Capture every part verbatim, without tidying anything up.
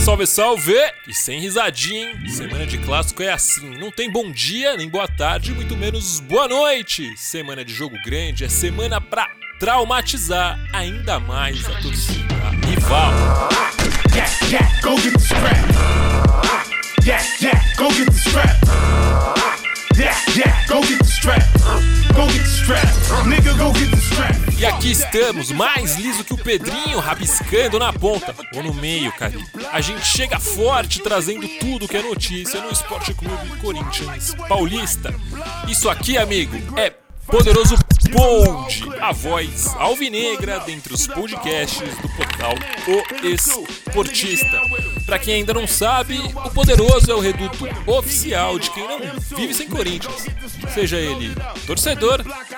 Salve, salve! E sem risadinha, hein? Semana de clássico é assim. Não tem bom dia, nem boa tarde, muito menos boa noite. Semana de jogo grande é semana pra traumatizar ainda mais a torcida rival. Yeah, yeah, go get the scrap. Yeah, yeah, go get the scrap. Yeah, yeah, go get the strap. Go get the strap. Nigga, go get the strap. E aqui estamos, mais liso que o Pedrinho, rabiscando na ponta ou no meio, cara. A gente chega forte, trazendo tudo que é notícia no Esporte Clube Corinthians Paulista. Isso aqui, amigo, é Poderoso Pod, a voz alvinegra dentre os podcasts do portal O Esportista. Pra quem ainda não sabe, o Poderoso é o reduto oficial de quem não vive sem Corinthians, seja ele torcedor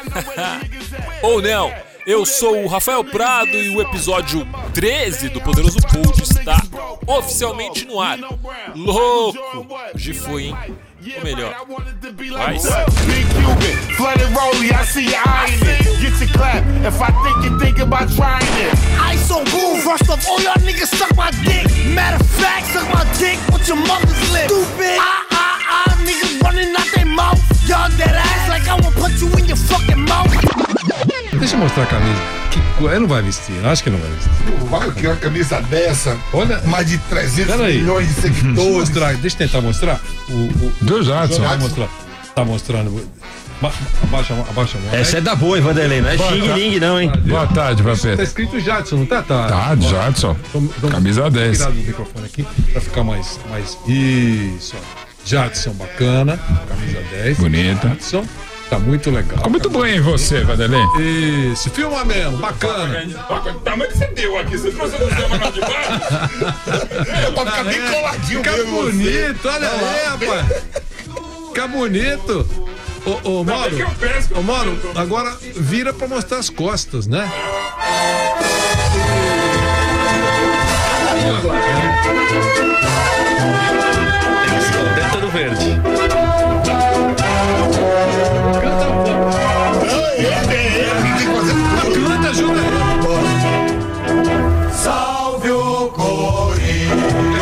ou não. Eu sou o Rafael Prado e o episódio treze do Poderoso Pod está oficialmente no ar. Louco! Hoje foi, hein? Ou melhor, vai ser. Big Cuban, flooded rollie, I see you eyeing it. Get your clap if I think you think about trying it. I so boom, first of all y'all niggas suck my dick. Matter of fact, suck my dick with your mother's lip. Stupid, ah ah ah, niggas running out their mouth. Y'all dead ass like I will punch you in your fucking mouth. Deixa eu mostrar a camisa. Que ele não vai vestir, eu acho que ele não vai vestir. Vai que uma camisa dessa, olha, mais de trezentos aí. milhões de seguidores. Deixa eu mostrar, deixa eu tentar mostrar. O, o, Do Jadson. Vai mostrar. Tá mostrando. Ba abaixa, abaixa a mão. Essa é da boa, hein, Vanderlei? Não é xing-ling, não, hein? Boa tarde, Tá Vampeta. escrito Jadson, não tá? Tá, Tá, Jadson. Camisa dez. Vou tirar do microfone aqui pra ficar mais. mais... Isso, ó. Jadson bacana, camisa dez. Bonita. Jadson. Tá muito legal. Ficou muito bom em você, Vanderlei. Isso, filma mesmo, bacana. O tamanho que você deu aqui, você trouxe do céu, mas não de baixo. Pra ficar bem coladinho Fica mesmo. bonito, olha aí, rapaz. Fica bonito. Ô, ô, Mauro, ô, Mauro, agora vira pra mostrar as costas, né? Dentro do verde. Canta, Júlia. Salve o Corinthians.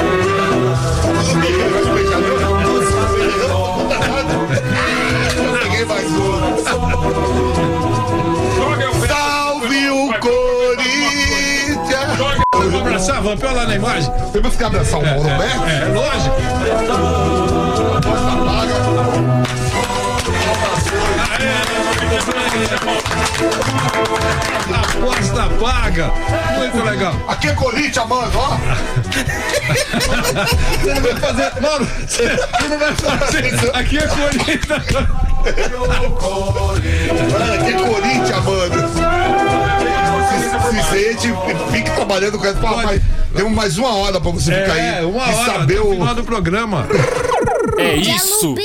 Peguei mais um. Salve o Corinthians. Vamos abraçar, vamos pela lá na imagem. Temos que abraçar o Mauro Beto. É, lógico. Aposta paga. Muito legal. Aqui é Corinthians, mano, ó. Você não vai fazer. Mauro, você não vai fazer. Aqui é Corinthians. Mano, aqui é Corinthians, mano. Se, se a gente fica trabalhando com essa. Temos mais uma hora pra você ficar aí. É, uma e hora. saber no o final do programa. É isso!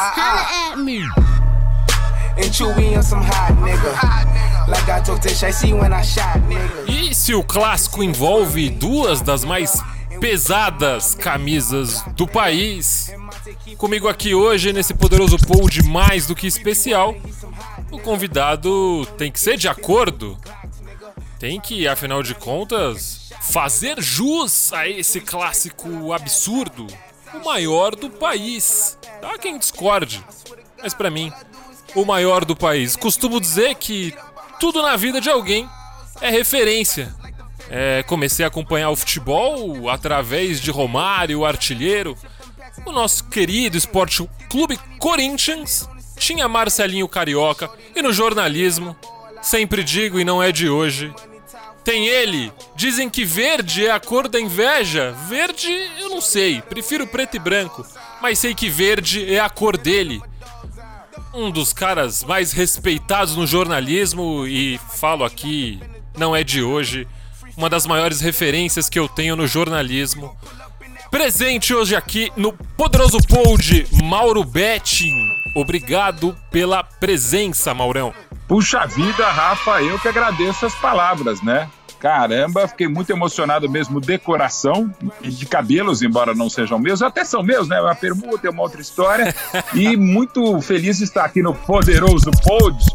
E se o clássico envolve duas das mais pesadas camisas do país, comigo aqui hoje nesse Poderoso Pod mais do que especial, o convidado tem que ser de acordo, tem que, afinal de contas, fazer jus a esse clássico absurdo, o maior do país. Há quem discorde, mas pra mim, o maior do país. Costumo dizer que tudo na vida de alguém é referência. É, comecei a acompanhar o futebol através de Romário, o artilheiro. O nosso querido Esporte Clube Corinthians tinha Marcelinho Carioca. E no jornalismo, sempre digo e não é de hoje, tem ele. Dizem que verde é a cor da inveja. Verde eu não sei, prefiro preto e branco, mas sei que verde é a cor dele. Um dos caras mais respeitados no jornalismo e falo aqui, não é de hoje, uma das maiores referências que eu tenho no jornalismo. Presente hoje aqui no Poderoso Pod, Mauro Betting. Obrigado pela presença, Maurão. Puxa vida, Rafa, eu que agradeço as palavras, né? Caramba, fiquei muito emocionado mesmo de coração, e de cabelos, embora não sejam meus, até são meus, né? Uma permuta, é uma outra história. E muito feliz de estar aqui no Poderoso Pod,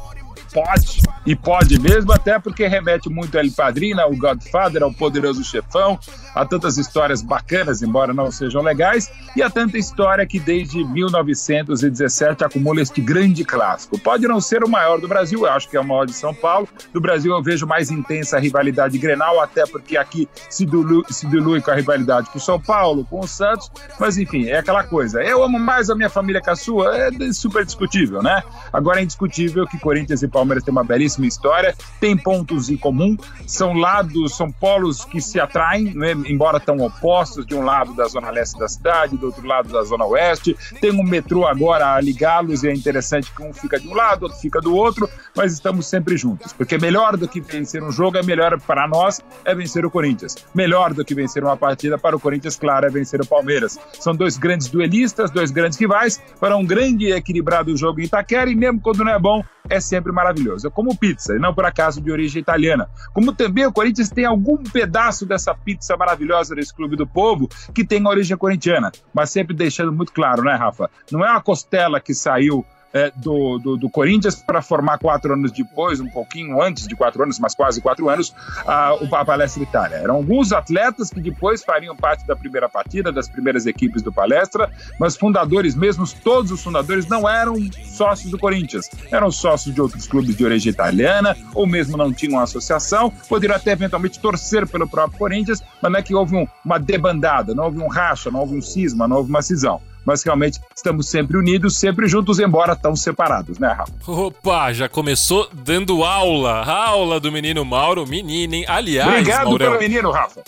pode, e pode mesmo, até porque remete muito ao El Padrino, ao Godfather, ao Poderoso Chefão, a tantas histórias bacanas, embora não sejam legais, e a tanta história que desde mil novecentos e dezessete acumula este grande clássico. Pode não ser o maior do Brasil, eu acho que é o maior de São Paulo. Do Brasil eu vejo mais intensa a rivalidade Grenal, até porque aqui se dilui, se dilui com a rivalidade com o São Paulo, com o Santos, mas enfim, é aquela coisa. Eu amo mais a minha família que a sua, é super discutível, né? Agora é indiscutível que Corinthians e Palmeiras têm uma belíssima história, tem pontos em comum, são lados, são polos que se atraem, né? Embora tão opostos, de um lado da zona leste da cidade, do outro lado da zona oeste, tem um metrô agora a ligá-los e é interessante que um fica de um lado, outro fica do outro, mas estamos sempre juntos, porque melhor do que vencer um jogo é melhor para nós, é vencer o Corinthians. Melhor do que vencer uma partida para o Corinthians, claro, é vencer o Palmeiras. São dois grandes duelistas, dois grandes rivais, para um grande e equilibrado jogo em Itaquera, e mesmo quando não é bom, é sempre maravilhoso. Eu como pizza, e não por acaso de origem italiana. Como também o Corinthians tem algum pedaço dessa pizza maravilhosa desse Clube do Povo que tem origem corintiana, mas sempre deixando muito claro, né, Rafa? Não é uma costela que saiu É, do, do, do Corinthians para formar quatro anos depois, um pouquinho antes de quatro anos, mas quase quatro anos, a, a Palestra Itália. Eram alguns atletas que depois fariam parte da primeira partida, das primeiras equipes do Palestra, mas fundadores mesmo, todos os fundadores não eram sócios do Corinthians, eram sócios de outros clubes de origem italiana, ou mesmo não tinham uma associação, poderiam até eventualmente torcer pelo próprio Corinthians, mas não é que houve um, uma debandada, não houve um racha, não houve um cisma, não houve uma cisão. Mas realmente estamos sempre unidos, sempre juntos, embora tão separados, né, Rafa? Opa, já começou dando aula, aula do menino Mauro, menino, hein? Aliás, Obrigado Maurão, pelo menino, Rafa.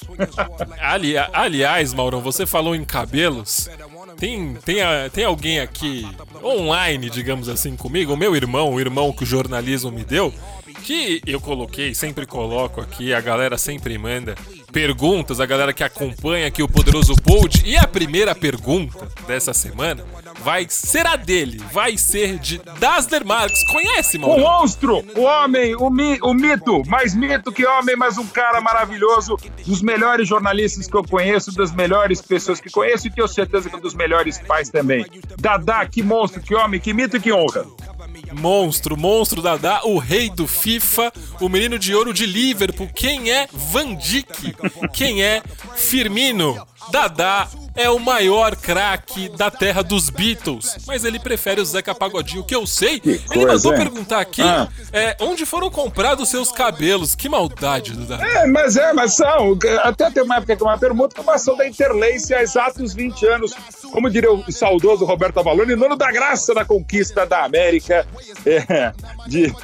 Ali, aliás, Maurão, você falou em cabelos, tem, tem, tem alguém aqui online, digamos assim, comigo, o meu irmão, o irmão que o jornalismo me deu, que eu coloquei, sempre coloco aqui, a galera sempre manda perguntas, a galera que acompanha aqui o Poderoso Pod, e a primeira pergunta dessa semana vai ser a dele, vai ser de Dasler Marques. Conhece, mano? O monstro, o homem, o, mi, o mito, mais mito que homem, mas um cara maravilhoso, dos melhores jornalistas que eu conheço, das melhores pessoas que conheço, e tenho certeza que um dos melhores pais também. Dadá, que monstro, que homem, que mito e que honra. Monstro, monstro Dadá, o rei do FIFA, o menino de ouro de Liverpool. Quem é Van Dijk? Quem é Firmino? Dadá é o maior craque da terra dos Beatles, mas ele prefere o Zeca Pagodinho. O que eu sei, que ele coisa, mandou hein? perguntar aqui ah. é, onde foram comprados seus cabelos. Que maldade, Dadá. É, mas é, mas são. Até tem uma época que uma pergunta que passou da Interlace há exatos vinte anos. Como diria o saudoso Roberto Avalone, nono da graça da conquista da América é, de,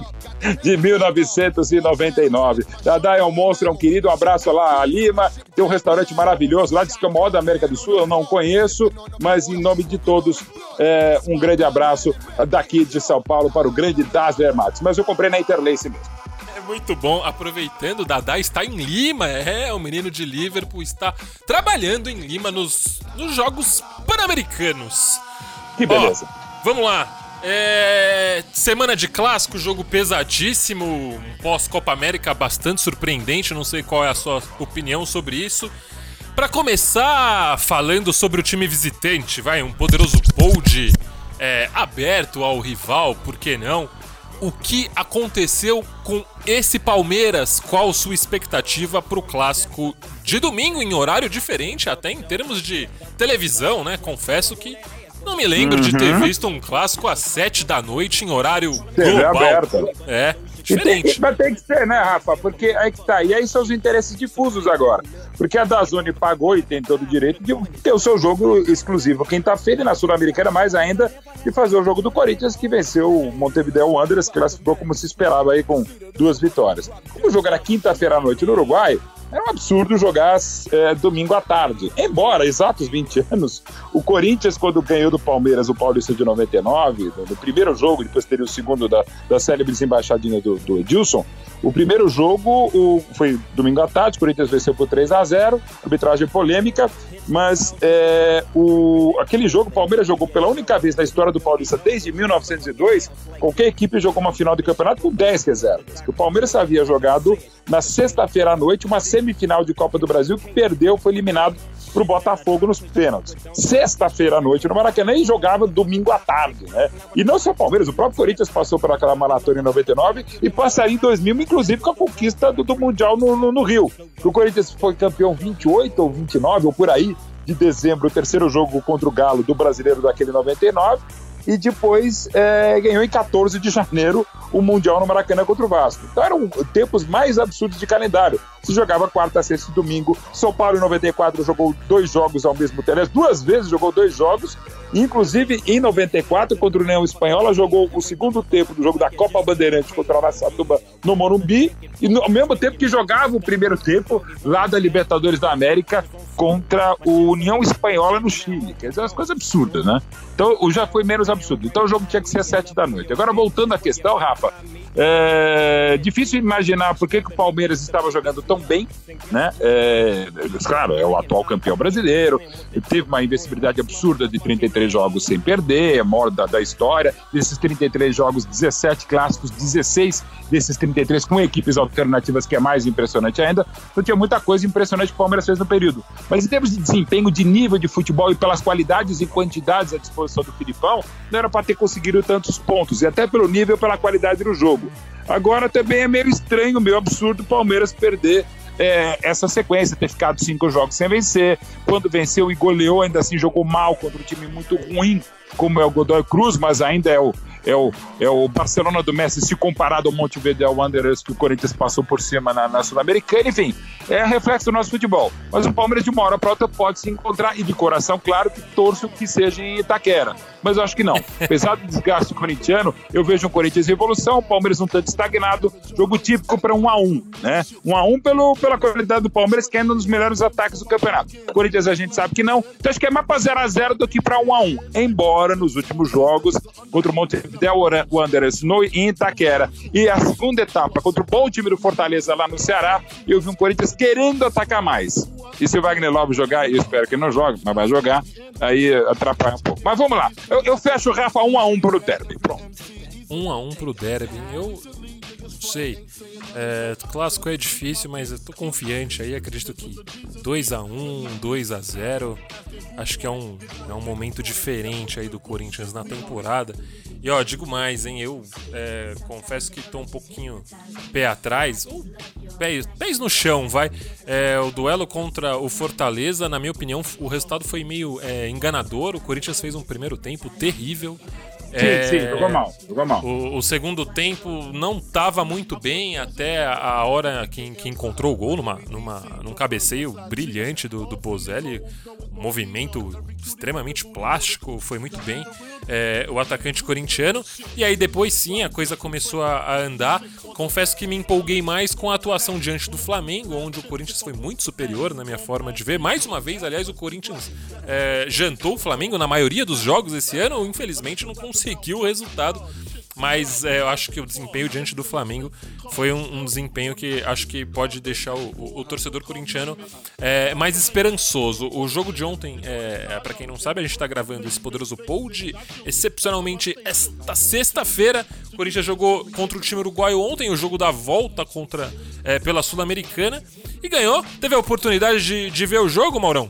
de mil novecentos e noventa e nove. Dadá é um monstro, é um querido. Um abraço lá a Lima. Tem um restaurante maravilhoso lá, diz que é o maior da América do Sul. Eu não conheço, mas em nome de todos, é, um grande abraço daqui de São Paulo para o grande Dasler Marques. Mas eu comprei na Interlace mesmo. Muito bom, aproveitando, o Dadá está em Lima, é, o menino de Liverpool está trabalhando em Lima nos, nos Jogos Pan-Americanos. Que beleza. Ó, vamos lá, é, semana de clássico, jogo pesadíssimo, um pós-Copa América bastante surpreendente, não sei qual é a sua opinião sobre isso. Para começar falando sobre o time visitante, vai, um poderoso pod é, aberto ao rival, por que não? O que aconteceu com esse Palmeiras? Qual sua expectativa para o clássico de domingo em horário diferente, até em termos de televisão, né? Confesso que não me lembro uhum. de ter visto um clássico às sete da noite em horário global. Aberta. É, diferente. Mas tem que ser, né, Rafa? Porque aí que tá. E aí são os interesses difusos agora. Porque a DAZN pagou e tem todo o direito de ter o seu jogo exclusivo quinta-feira, e na Sul-Americana mais ainda, de fazer o jogo do Corinthians, que venceu o Montevideo Wanderers, que classificou como se esperava aí com duas vitórias. Como o jogo era quinta-feira à noite no Uruguai, era um absurdo jogar é, domingo à tarde. Embora, exatos vinte anos, o Corinthians, quando ganhou do Palmeiras o Paulista de noventa e nove, no, no primeiro jogo, depois teria o segundo da, da célebres embaixadinha do, do Edilson, o primeiro jogo o, foi domingo à tarde, o Corinthians venceu por três a zero, arbitragem polêmica, mas é, o, aquele jogo, o Palmeiras jogou pela única vez na história do Paulista desde mil novecentos e dois, qualquer equipe jogou uma final de campeonato com dez reservas. O Palmeiras havia jogado na sexta-feira à noite uma semifinal de Copa do Brasil que perdeu, foi eliminado pro Botafogo nos pênaltis. Sexta-feira à noite no Maracanã e jogava domingo à tarde, né? E não só o Palmeiras, o próprio Corinthians passou por aquela maratona em noventa e nove e passaria em dois mil, inclusive com a conquista do, do Mundial no, no, no Rio. O Corinthians foi campeão vinte e oito ou vinte e nove, ou por aí, de dezembro, o terceiro jogo contra o Galo do Brasileiro daquele noventa e nove, e depois é, ganhou em quatorze de janeiro o Mundial no Maracanã contra o Vasco. Então eram tempos mais absurdos de calendário. Se jogava quarta, sexta e domingo. São Paulo em noventa e quatro jogou dois jogos ao mesmo tempo, duas vezes jogou dois jogos, inclusive em noventa e quatro contra o União Espanhola jogou o segundo tempo do jogo da Copa Bandeirantes contra o Araçatuba no Morumbi, e no, ao mesmo tempo que jogava o primeiro tempo lá da Libertadores da América contra o União Espanhola no Chile. Quer dizer, umas coisas absurdas, né? Então já foi menos absurdo. Então o jogo tinha que ser às sete da noite. Agora, voltando à questão, Rafa, é difícil imaginar por que, que o Palmeiras estava jogando tão bem, né? É, claro, é o atual campeão brasileiro, teve uma invencibilidade absurda de trinta e três jogos sem perder, é a maior da, da história. Desses trinta e três jogos, dezessete clássicos, dezesseis desses trinta e três com equipes alternativas, que é mais impressionante ainda. Então tinha muita coisa impressionante que o Palmeiras fez no período. Mas em termos de desempenho, de nível de futebol e pelas qualidades e quantidades à disposição do Filipão, não era para ter conseguido tantos pontos, e até pelo nível e pela qualidade do jogo. Agora também é meio estranho, meio absurdo o Palmeiras perder é, essa sequência, ter ficado cinco jogos sem vencer. Quando venceu e goleou, ainda assim jogou mal contra um time muito ruim, como é o Godoy Cruz, mas ainda é o, é o, é o Barcelona do Messi, se comparado ao Montevideo Wanderers, que o Corinthians passou por cima na, na Sul-Americana. Enfim, é reflexo do nosso futebol. Mas o Palmeiras, de uma hora para outra, pode se encontrar, e de coração, claro, que torço que seja em Itaquera. Mas eu acho que não. Apesar do desgaste corintiano, eu vejo um Corinthians em evolução, o Palmeiras um tanto estagnado, jogo típico para um a um, né? um a um pelo, pela qualidade do Palmeiras, que é um dos melhores ataques do campeonato. O Corinthians a gente sabe que não, então acho que é mais para zero a zero do que para um a um. Embora nos últimos jogos, contra o Montevideo Wanderers no em Itaquera, e a segunda etapa contra o bom time do Fortaleza lá no Ceará, eu vi um Corinthians querendo atacar mais. E se o Wagner Love jogar, eu espero que ele não jogue, mas vai jogar, aí atrapalha um pouco. Mas vamos lá, eu, eu fecho o Rafa um a um pro derby, pronto. um a um pro derby, eu sei, é, clássico é difícil, mas eu tô confiante aí, acredito que dois a um, dois a zero, acho que é um, é um momento diferente aí do Corinthians na temporada. E ó, digo mais, hein, eu é, confesso que tô um pouquinho pé atrás, ou pés, pés no chão, vai. É, o duelo contra o Fortaleza, na minha opinião, o resultado foi meio é, enganador. O Corinthians fez um primeiro tempo terrível. Sim, é, sim, jogou mal, jogou mal. O, o segundo tempo não estava muito bem até a hora que, que encontrou o gol numa, numa, num cabeceio brilhante do, do Bozelli, um movimento extremamente plástico, foi muito bem é, o atacante corintiano. E aí depois sim a coisa começou a, a andar. Confesso que me empolguei mais com a atuação diante do Flamengo, onde o Corinthians foi muito superior na minha forma de ver. Mais uma vez, aliás, o Corinthians é, jantou o Flamengo na maioria dos jogos esse ano, infelizmente não conseguiu o resultado, mas é, eu acho que o desempenho diante do Flamengo foi um, um desempenho que acho que pode deixar o, o, o torcedor corintiano é, mais esperançoso. O jogo de ontem, é, para quem não sabe, a gente está gravando esse poderoso pod excepcionalmente esta sexta-feira. O Corinthians jogou contra o time uruguaio ontem, o jogo da volta contra, é, pela Sul-Americana, e ganhou. Teve a oportunidade de, de ver o jogo, Maurão?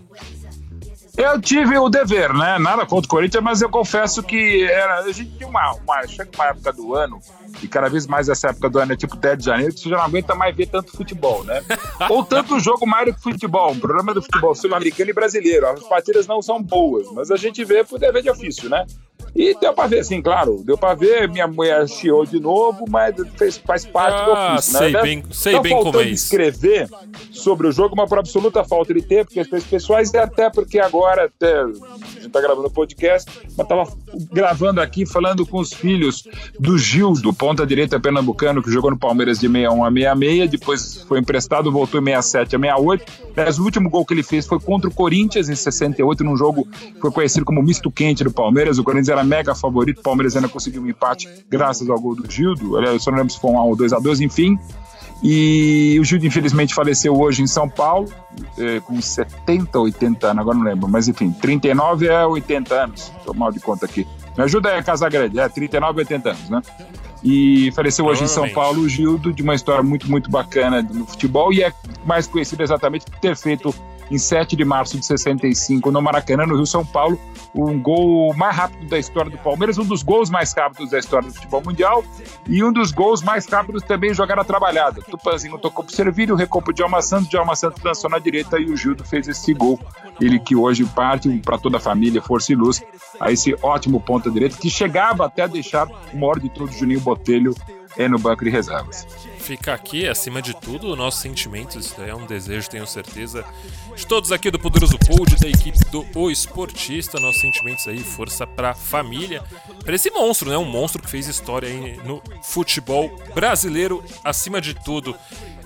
Eu tive o dever, né? Nada contra o Corinthians, mas eu confesso que era, a gente tinha uma, uma, chega uma época do ano, e cada vez mais essa época do ano é tipo dez de janeiro, que você já não aguenta mais ver tanto futebol, né? Ou tanto jogo mais do que futebol. O problema do futebol sul-americano e brasileiro. As partidas não são boas, mas a gente vê por dever de ofício, né? E deu pra ver, sim, claro. Deu pra ver, minha mulher chiou de novo, mas fez, faz parte ah, do ofício, sei né? Bem, sei então, bem como é isso. Escrever sobre o jogo, mas por absoluta falta de tempo, questões pessoais, e até porque agora, até, a gente tá gravando o podcast, mas tava gravando aqui, falando com os filhos do Gildo, ponta-direita pernambucano, que jogou no Palmeiras de sessenta e um a sessenta e seis, depois foi emprestado, voltou em sessenta e sete a sessenta e oito. Mas o último gol que ele fez foi contra o Corinthians em sessenta e oito, num jogo que foi conhecido como misto quente do Palmeiras. O Corinthians era mega favorito, o Palmeiras ainda conseguiu um empate graças ao gol do Gildo. Eu só não lembro se foi um a um ou dois a dois, enfim. E o Gildo infelizmente faleceu hoje em São Paulo, eh, com setenta, oitenta anos, agora não lembro, mas enfim, trinta e nove a oitenta anos, estou mal de conta aqui. Me ajuda aí a Casagrande, é trinta e nove a oitenta anos, né? E faleceu hoje em São Paulo o Gildo, de uma história muito, muito bacana no futebol, e é mais conhecido exatamente por ter feito em sete de março de sessenta e cinco, no Maracanã, no Rio São Paulo, um gol mais rápido da história do Palmeiras, um dos gols mais rápidos da história do futebol mundial e um dos gols mais rápidos também jogada trabalhada. Tupanzinho tocou pro Servírio, recou pro Djalma Santos, Djalma Santos lançou na direita e o Gildo fez esse gol. Ele que hoje parte para toda a família, força e luz, a esse ótimo ponta direita que chegava até a deixar o maior de todos, Juninho Botelho, é no banco de reservas. Fica aqui, acima de tudo, o nosso sentimento, isso é um desejo, tenho certeza, de todos aqui do Poderoso Pod, da equipe do O Esportista, nossos sentimentos aí, força pra família, pra esse monstro, né, um monstro que fez história aí no futebol brasileiro, acima de tudo.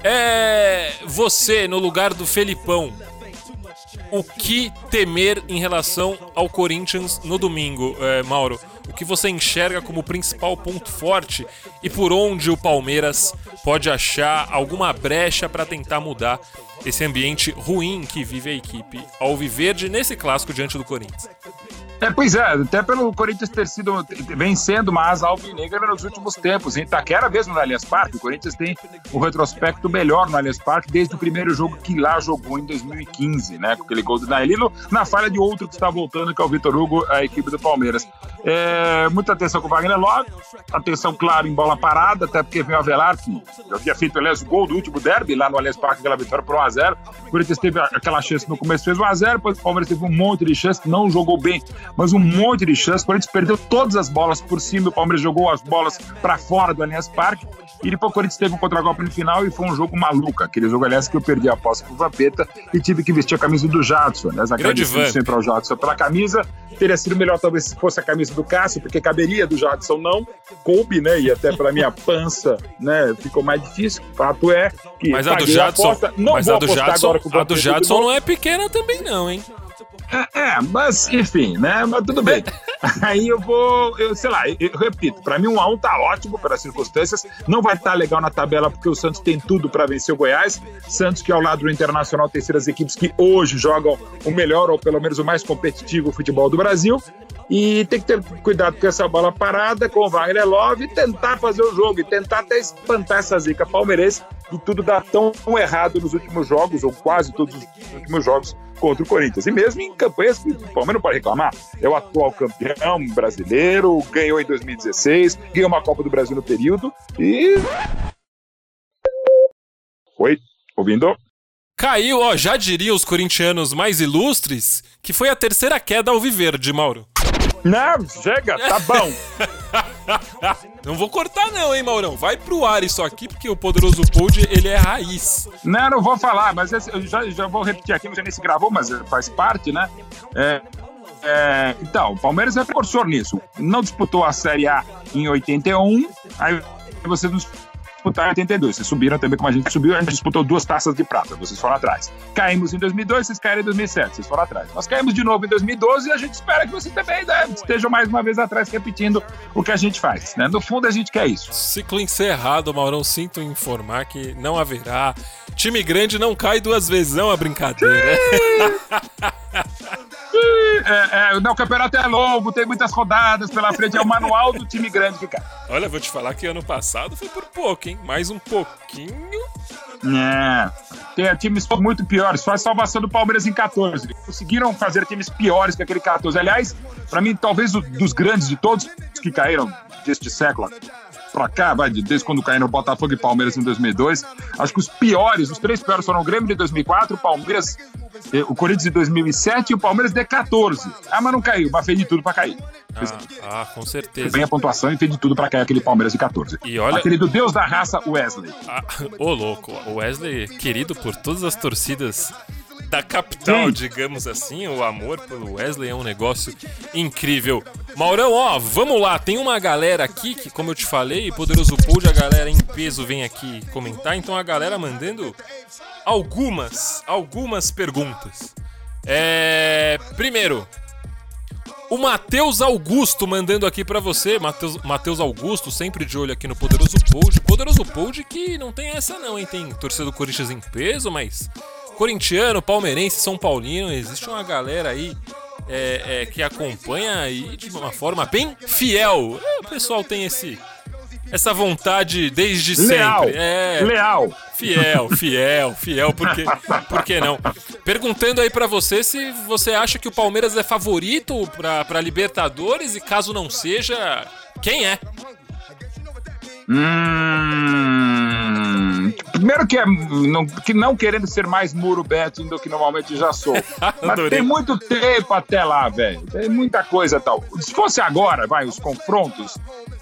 É você, no lugar do Felipão, o que temer em relação ao Corinthians no domingo, é, Mauro? O que você enxerga como principal ponto forte e por onde o Palmeiras pode achar alguma brecha para tentar mudar esse ambiente ruim que vive a equipe alviverde nesse clássico diante do Corinthians? É, pois é, até pelo Corinthians ter sido vencendo uma asa alvinegra nos últimos tempos. Em Itaquera mesmo no Allianz Parque, o Corinthians tem um retrospecto melhor no Allianz Parque desde o primeiro jogo que lá jogou em dois mil e quinze, né? Com aquele gol do Nailino, na falha de outro que está voltando, que é o Vitor Hugo, a equipe do Palmeiras. É, muita atenção com o Wagner Love, atenção, claro, em bola parada, até porque vem o Avelar, que já havia feito, aliás, o gol do último derby lá no Allianz Parque, aquela vitória por um a zero. O Corinthians teve aquela chance no começo, fez um a zero, depois o Palmeiras teve um monte de chance, não jogou bem, mas um monte de chance. O Corinthians perdeu todas as bolas por cima, o Palmeiras jogou as bolas para fora do Allianz Parque, e depois o Corinthians teve um contra-golpe no final e foi um jogo maluco, aquele jogo, aliás, que eu perdi a posse pro Vampeta e tive que vestir a camisa do Jadson, aliás, agradecendo sempre ao Jadson pela camisa. Teria sido melhor talvez se fosse a camisa do Cássio, porque caberia do Jadson, não coube, né, e até pela minha pança, né, ficou mais difícil. O fato é que mas a do Jadson, a não mas a do Jadson, a do Jadson não é pequena também não, hein? É, é, mas enfim, né? Mas tudo bem. Aí eu vou, eu sei lá, eu, eu repito, pra mim um a um tá ótimo pelas circunstâncias, não vai estar tá legal na tabela porque o Santos tem tudo pra vencer o Goiás, Santos que ao lado do Internacional tem sido as equipes que hoje jogam o melhor ou pelo menos o mais competitivo futebol do Brasil, e tem que ter cuidado com essa bola parada, com o Wagner Love, e tentar fazer o jogo, e tentar até espantar essa zica palmeirense, que tudo dá tão errado nos últimos jogos, ou quase todos os últimos jogos, contra o Corinthians. E mesmo em campanhas que o Palmeiras não pode reclamar. É o atual campeão brasileiro, ganhou em dois mil e dezesseis, ganhou uma Copa do Brasil no período e... Oi? Ouvindo? Caiu, ó, já diriam os corintianos mais ilustres, que foi a terceira queda alviverde, Mauro. Não, chega, tá bom. Não vou cortar não, hein, Maurão? Vai pro ar isso aqui, porque o Poderoso Pod, ele é raiz. Não, não vou falar, mas esse, eu já, já vou repetir aqui, não sei nem se gravou, mas faz parte, né? É, é, então, o Palmeiras é precursor nisso. Não disputou a Série A em oitenta e um, aí vocês não disputaram em oitenta e dois. Vocês subiram também como a gente subiu, a gente disputou duas taças de prata, vocês foram atrás. Caímos em dois mil e dois, vocês caíram em dois mil e sete, vocês foram atrás. Nós caímos de novo em dois mil e doze e a gente espera que vocês também, né, estejam mais uma vez atrás repetindo o que a gente faz, né? No fundo a gente quer isso. Ciclo encerrado, Maurão, sinto informar que não haverá. Time grande não cai duas vezes, não é uma brincadeira. É, é, não, o campeonato é longo, tem muitas rodadas pela frente, é o manual do time grande que cai. Olha, vou te falar que ano passado foi por pouco, hein? Mais um pouquinho. É, tem times muito piores, só a salvação do Palmeiras em catorze. Conseguiram fazer times piores que aquele catorze. Aliás, pra mim, talvez o, dos grandes de todos que caíram deste século pra cá, vai, desde quando caíram o Botafogo e Palmeiras em dois mil e dois, acho que os piores, os três piores foram o Grêmio de dois mil e quatro, o Palmeiras, o Corinthians de dois mil e sete e o Palmeiras de catorze. Ah, mas não caiu, mas fez de tudo pra cair. Ah, ah, com certeza. Bem a pontuação e fez de tudo pra cair aquele Palmeiras de catorze. E olha... Aquele do Deus da raça, Wesley. Ah, ô, louco, o Wesley, querido por todas as torcidas da capital, sim, digamos assim, o amor pelo Wesley é um negócio incrível. Maurão, ó, vamos lá, tem uma galera aqui que, como eu te falei, Poderoso Pod, a galera em peso vem aqui comentar, então a galera mandando algumas, algumas perguntas. É... Primeiro, o Matheus Augusto mandando aqui pra você, Matheus, Matheus Augusto, sempre de olho aqui no Poderoso Pod, Poderoso Pod que não tem essa não, hein, tem torcida do Corinthians em peso, mas... corintiano, palmeirense, São Paulino, existe uma galera aí é, é, que acompanha aí de uma forma bem fiel. É, o pessoal tem esse, essa vontade desde leal, sempre. É, leal. Fiel, fiel, fiel, porque, por que não? Perguntando aí pra você se você acha que o Palmeiras é favorito pra, pra Libertadores e caso não seja, quem é? Hum, primeiro que, é, não, que não querendo ser mais muro betting do que normalmente já sou. Mas tem muito tempo até lá, velho. Tem muita coisa tal. Se fosse agora, vai, os confrontos.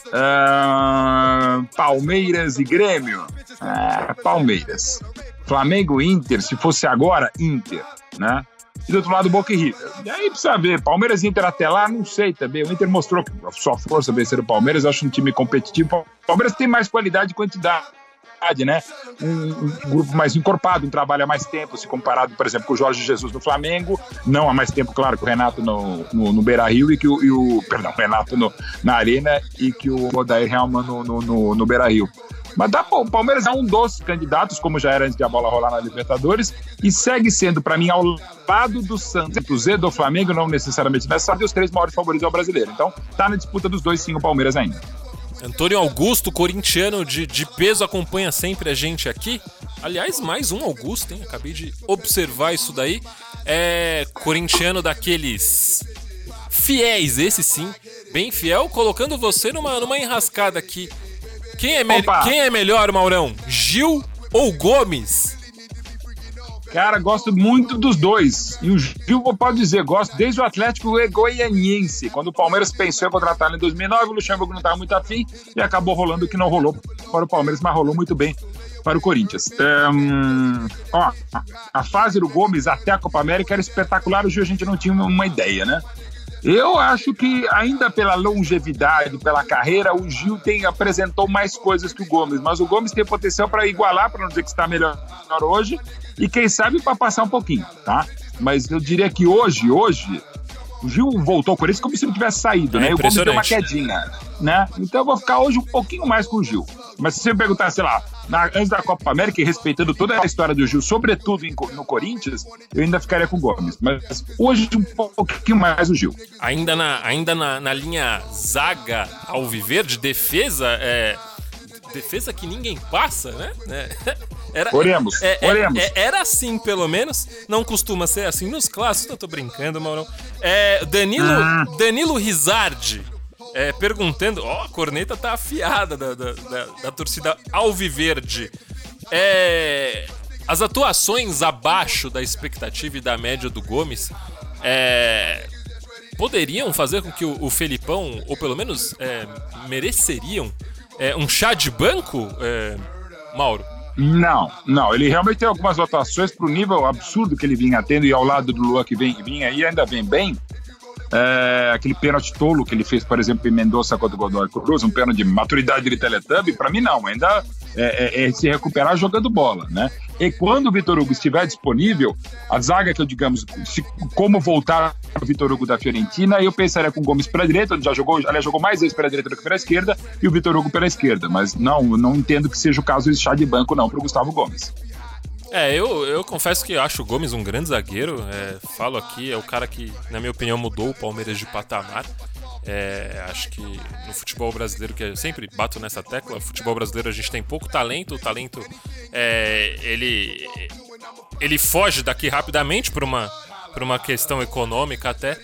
Uh, Palmeiras e Grêmio. Uh, Palmeiras. Flamengo e Inter. Se fosse agora, Inter, né? E do outro lado, Boca e River. E aí precisa ver. Palmeiras e Inter até lá, não sei também. O Inter mostrou que a sua força vencer o Palmeiras. Eu acho um time competitivo. O Palmeiras tem mais qualidade e quantidade, né? Um, um grupo mais encorpado, um trabalho há mais tempo, se comparado, por exemplo, com o Jorge Jesus no Flamengo. Não há mais tempo, claro, que o Renato no, no, no Beira-Rio e que o, e o... Perdão, o Renato no, na Arena e que o Odair Helman no, no, no, no Beira-Rio. Mas dá, pô, o Palmeiras é um dos candidatos, como já era antes de a bola rolar na Libertadores, e segue sendo, para mim, ao lado do Santos e do Flamengo, não necessariamente nessa, de os três maiores favoritos ao brasileiro. Então, tá na disputa dos dois, sim, o Palmeiras ainda. Antônio Augusto, corintiano de, de peso, acompanha sempre a gente aqui. Aliás, mais um Augusto, hein? Acabei de observar isso daí. É corintiano daqueles fiéis, esse sim, bem fiel, colocando você numa, numa enrascada aqui. Quem é, me- quem é melhor, Maurão? Gil ou Gomes? Cara, gosto muito dos dois. E o Gil, pode dizer, gosto desde o Atlético Goianiense. Quando o Palmeiras pensou em contratar ele em dois mil e nove, o Luxemburgo não estava muito afim e acabou rolando o que não rolou para o Palmeiras, mas rolou muito bem para o Corinthians. Um, ó, a fase do Gomes até a Copa América era espetacular, o Gil a gente não tinha uma ideia, né? Eu acho que ainda pela longevidade, pela carreira, o Gil tem, apresentou mais coisas que o Gomes, mas o Gomes tem potencial para igualar, para não dizer que está melhor hoje, e quem sabe para passar um pouquinho, tá? Mas eu diria que hoje, hoje, o Gil voltou ao Corinthians como se não tivesse saído, é né? E o Gomes deu uma quedinha, né? Então eu vou ficar hoje um pouquinho mais com o Gil. Mas se você me perguntar, sei lá, na, antes da Copa América e respeitando toda a história do Gil, sobretudo em, no Corinthians, eu ainda ficaria com o Gomes. Mas hoje um pouquinho mais o Gil. Ainda na, ainda na, na linha zaga alviverde, defesa, é, defesa que ninguém passa, né? Era, oremos, é, é, oremos. É, era assim, pelo menos. Não costuma ser assim nos clássicos. Eu tô brincando, Maurão. É, Danilo, ah. Danilo Rizardi é, perguntando... Ó, oh, a corneta tá afiada da, da, da, da torcida alviverde. É, as atuações abaixo da expectativa e da média do Gomes é, poderiam fazer com que o, o Felipão, ou pelo menos é, mereceriam, é, um chá de banco, é, Mauro? Não, não, ele realmente tem algumas atuações pro nível absurdo que ele vinha tendo e ao lado do Luan que vem, vinha e ainda vem bem. É, aquele pênalti tolo que ele fez, por exemplo, em Mendoza contra o Godoy Cruz, um pênalti de maturidade de Teletubb, pra mim não, ainda é, é, é se recuperar jogando bola, né? E quando o Vitor Hugo estiver disponível, a zaga que eu, digamos, se, como voltar o Vitor Hugo da Fiorentina, eu pensaria com o Gomes pela direita, ele já jogou, aliás, jogou mais vezes pela direita do que pela esquerda, e o Vitor Hugo pela esquerda, mas não, não entendo que seja o caso de chá de banco não pro Gustavo Gomes. É, eu, eu confesso que acho o Gomes um grande zagueiro, é, falo aqui, é o cara que, na minha opinião, mudou o Palmeiras de patamar. É, acho que no futebol brasileiro, que eu sempre bato nessa tecla, no futebol brasileiro a gente tem pouco talento, o talento é, ele, ele foge daqui rapidamente por uma, por uma questão econômica até,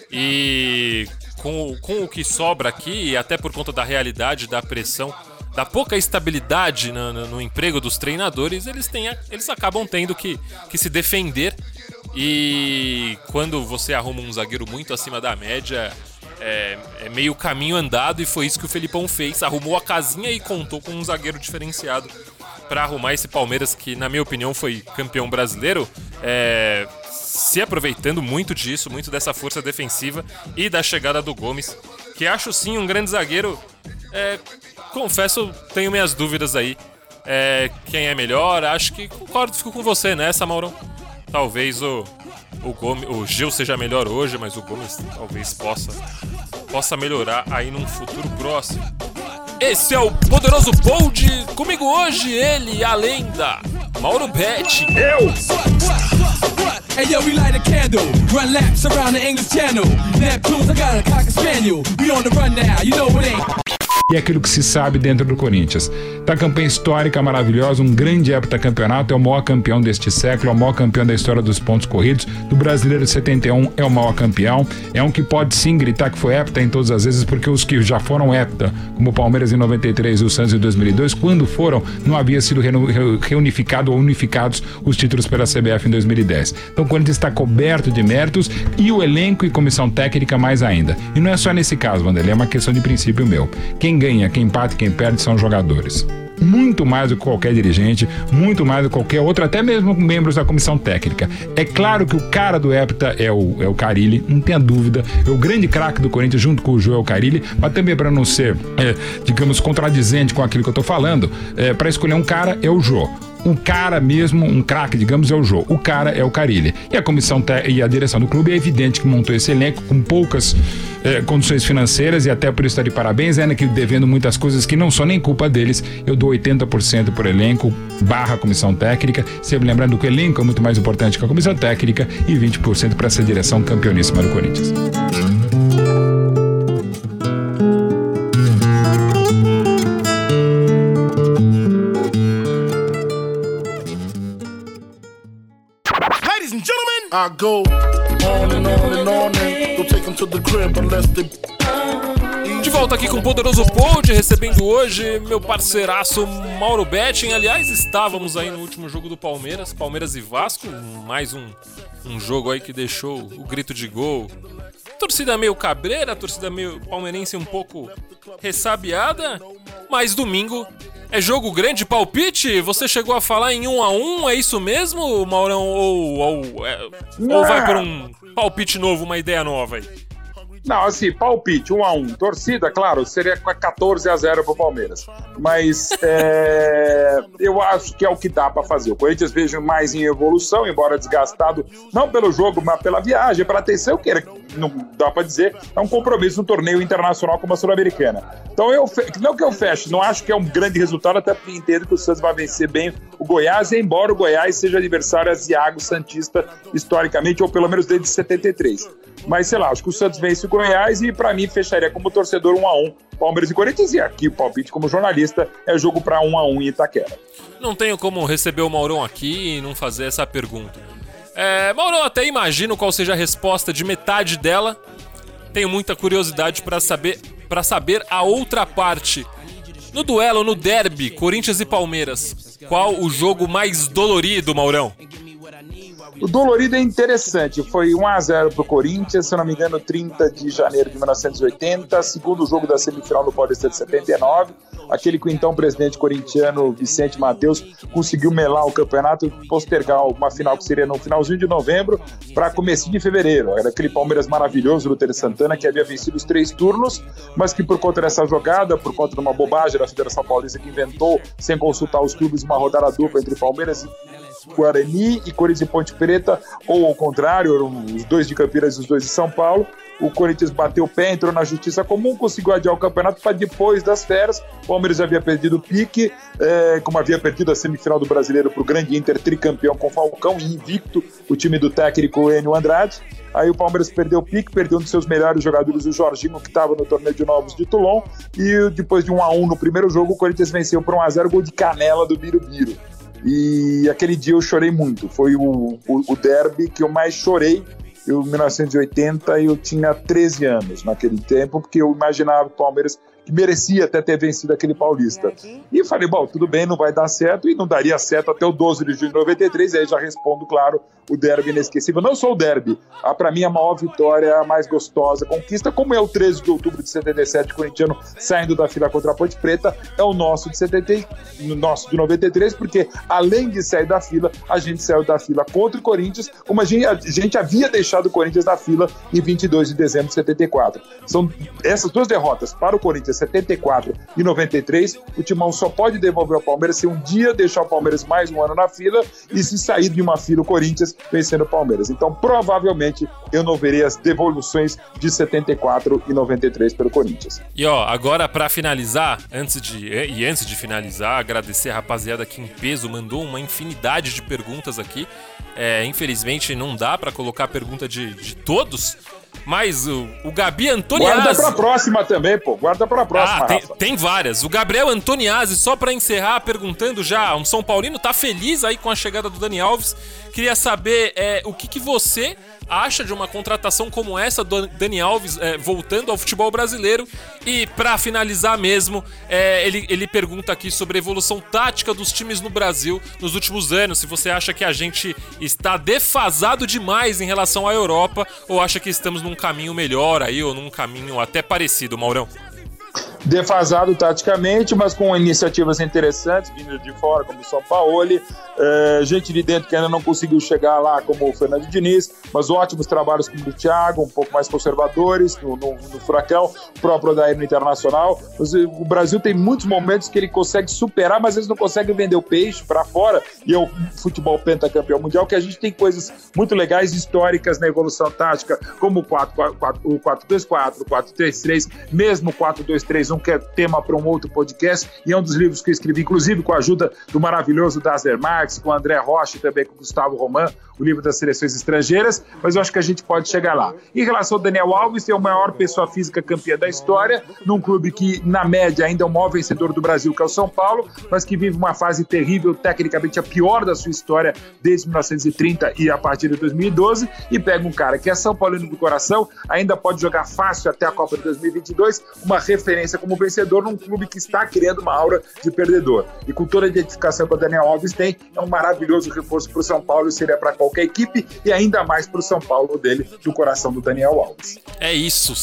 e com, com o que sobra aqui, e até por conta da realidade, da pressão, da pouca estabilidade no, no, no emprego dos treinadores, eles, têm, eles acabam tendo que, que se defender, e quando você arruma um zagueiro muito acima da média, é, é meio caminho andado, e foi isso que o Felipão fez, arrumou a casinha e contou com um zagueiro diferenciado para arrumar esse Palmeiras que, na minha opinião, foi campeão brasileiro, é, se aproveitando muito disso, muito dessa força defensiva e da chegada do Gomes, que acho sim um grande zagueiro. É, confesso, tenho minhas dúvidas aí. É, quem é melhor? Acho que concordo, fico com você nessa, Maurão. Talvez o, o, Gomes, o Gil seja melhor hoje, mas o Gomes talvez possa, possa melhorar aí num futuro próximo. Esse é o Poderoso Bold. Comigo hoje, ele, a lenda, Mauro Betti. Eu! Hey yo, we light a candle, run laps around the English Channel. Neptunes, I got a cocker spaniel. We on the run now, you know it ain't. e aquilo que se sabe dentro do Corinthians. Tá campanha histórica, maravilhosa, um grande heptacampeonato, é o maior campeão deste século, é o maior campeão da história dos pontos corridos, do Brasileiro de setenta e um é o maior campeão, é um que pode sim gritar que foi hepta em todas as vezes, porque os que já foram hepta, como o Palmeiras em noventa e três e o Santos em dois mil e dois, quando foram, não havia sido reunificado ou unificados os títulos pela C B F em dois mil e dez. Então o Corinthians está coberto de méritos e o elenco e comissão técnica mais ainda. E não é só nesse caso, Vanderlei, é uma questão de princípio meu. Quem ganha, quem empata e quem perde são os jogadores. Muito mais do que qualquer dirigente, muito mais do que qualquer outro, até mesmo membros da comissão técnica. É claro que o cara do hepta é o, é o Carille, não tenha dúvida, é o grande craque do Corinthians junto com o Joel Carille, mas também para não ser, é, digamos, contradizente com aquilo que eu tô falando, é, para escolher um cara é o Jô. Um cara mesmo, um craque, digamos, é o Jô. O cara é o Carille. E a comissão te- e a direção do clube é evidente que montou esse elenco com poucas eh, condições financeiras e até por isso está de parabéns, ainda que devendo muitas coisas que não são nem culpa deles. Eu dou oitenta por cento por elenco, barra comissão técnica, sempre lembrando que o elenco é muito mais importante que a comissão técnica, e vinte por cento para essa direção campeoníssima do Corinthians. I go on and on and on and go take them to the crib unless they... De volta aqui com o Poderoso Pod, recebendo hoje meu parceiraço Mauro Betting. Aliás, estávamos aí no último jogo do Palmeiras, Palmeiras e Vasco, mais um, um jogo aí que deixou o grito de gol. Torcida meio cabreira, a torcida meio palmeirense um pouco ressabiada, mas domingo é jogo grande. Palpite? Você chegou a falar em um a um, é isso mesmo, Maurão? Ou, ou, é, ou vai por um palpite novo, uma ideia nova aí? Não, assim, palpite, um a um. Torcida, claro, seria quatorze a zero pro Palmeiras. Mas é, eu acho que é o que dá pra fazer. O Corinthians vejo mais em evolução, embora desgastado, não pelo jogo, mas pela viagem, pela atenção, que não dá pra dizer, é um compromisso no torneio internacional como a Sul-Americana. Então, eu não que eu feche, não acho que é um grande resultado, até porque entendo que o Santos vai vencer bem o Goiás, embora o Goiás seja adversário asiago santista historicamente, ou pelo menos desde setenta e três. Mas, sei lá, acho que o Santos vence o Goiás e, pra mim, fecharia como torcedor um a um. Palmeiras e Corinthians, e aqui o palpite como jornalista é jogo pra um a um em Itaquera. Não tenho como receber o Maurão aqui e não fazer essa pergunta. É, Maurão, até imagino qual seja a resposta de metade dela. Tenho muita curiosidade pra saber, pra saber a outra parte. No duelo, no derby, Corinthians e Palmeiras, qual o jogo mais dolorido, Maurão? O dolorido é interessante, foi um a zero pro Corinthians, se não me engano, trinta de janeiro de mil novecentos e oitenta, segundo jogo da semifinal do Paulista de setenta e nove, aquele que o então presidente corintiano Vicente Mateus conseguiu melar o campeonato e postergar uma final que seria no finalzinho de novembro para comecinho de fevereiro. Era aquele Palmeiras maravilhoso do Tere Santana que havia vencido os três turnos, mas que por conta dessa jogada, por conta de uma bobagem da Federação Paulista que inventou, sem consultar os clubes, uma rodada dupla entre Palmeiras e Guarani e Corinthians e Ponte Preta, ou ao contrário, eram os dois de Campinas e os dois de São Paulo. O Corinthians bateu o pé, entrou na justiça comum, conseguiu adiar o campeonato para depois das férias. O Palmeiras havia perdido o pique, é, como havia perdido a semifinal do Brasileiro para o grande Inter, tricampeão com Falcão e invicto, o time do técnico Enio Andrade. Aí o Palmeiras perdeu o pique, perdeu um dos seus melhores jogadores, o Jorginho, que estava no torneio de novos de Toulon, e depois de um a um no primeiro jogo, o Corinthians venceu por um a zero, gol de canela do Birubiru. E aquele dia eu chorei muito, foi o, o, o derby que eu mais chorei. Eu, em mil novecentos e oitenta, eu tinha treze anos naquele tempo, porque eu imaginava o Palmeiras que merecia até ter vencido aquele Paulista. E eu falei, bom, tudo bem, não vai dar certo, e não daria certo até o doze de junho de noventa e três, e aí já respondo, claro, o derby inesquecível. Não só o derby, a, pra mim a maior vitória, a mais gostosa conquista, como é o treze de outubro de setenta e sete, corintiano saindo da fila contra a Ponte Preta, é o nosso de, setenta, nosso de noventa e três, porque além de sair da fila, a gente saiu da fila contra o Corinthians, como a gente, a gente havia deixado o Corinthians na fila em vinte e dois de dezembro de setenta e quatro. São essas duas derrotas para o Corinthians, setenta e quatro e noventa e três, o Timão só pode devolver ao Palmeiras se um dia deixar o Palmeiras mais um ano na fila e se sair de uma fila o Corinthians vencendo o Palmeiras. Então, provavelmente, eu não verei as devoluções de setenta e quatro e noventa e três pelo Corinthians. E ó, agora pra finalizar, antes de, e antes de finalizar, agradecer a rapaziada que em peso mandou uma infinidade de perguntas aqui. É, infelizmente não dá pra colocar a pergunta de, de todos, Mas o, o Gabi Antoniazzi... Guarda pra próxima também, pô. Guarda pra próxima, Ah, tem, Rafa. tem várias. O Gabriel Antoniazzi, só pra encerrar, perguntando já, um São Paulino tá feliz aí com a chegada do Dani Alves. Queria saber é, o que, que você acha de uma contratação como essa do Dani Alves é, voltando ao futebol brasileiro. E pra finalizar mesmo, é, ele, ele pergunta aqui sobre a evolução tática dos times no Brasil nos últimos anos. Se você acha que a gente está defasado demais em relação à Europa ou acha que estamos num caminho melhor aí ou num caminho até parecido, Maurão? Defasado taticamente, mas com iniciativas interessantes, vindo de fora, como o São Paulo, é, gente de dentro que ainda não conseguiu chegar lá, como o Fernando Diniz, mas ótimos trabalhos como o do Thiago, um pouco mais conservadores no, no, no Furacão, o próprio Odair no Internacional. O Brasil tem muitos momentos que ele consegue superar, mas eles não conseguem vender o peixe para fora, e é o futebol pentacampeão mundial, que a gente tem coisas muito legais, históricas na evolução tática, como o quatro dois quatro, o quatro três três, mesmo o quatro dois três um, que é tema para um outro podcast, e é um dos livros que eu escrevi, inclusive com a ajuda do maravilhoso Dazer Marques, com o André Rocha e também com o Gustavo Roman, o livro das seleções estrangeiras, mas eu acho que a gente pode chegar lá. Em relação ao Daniel Alves, é a maior pessoa física campeã da história, num clube que, na média, ainda é o maior vencedor do Brasil, que é o São Paulo, mas que vive uma fase terrível, tecnicamente a pior da sua história desde mil novecentos e trinta e a partir de dois mil e doze, e pega um cara que é São Paulino do coração, ainda pode jogar fácil até a Copa de dois mil e vinte e dois, uma referência como vencedor num clube que está criando uma aura de perdedor. E com toda a identificação que o Daniel Alves tem, é um maravilhoso reforço para o São Paulo, e seria para qualquer equipe, e ainda mais para o São Paulo dele, do coração do Daniel Alves. É isso,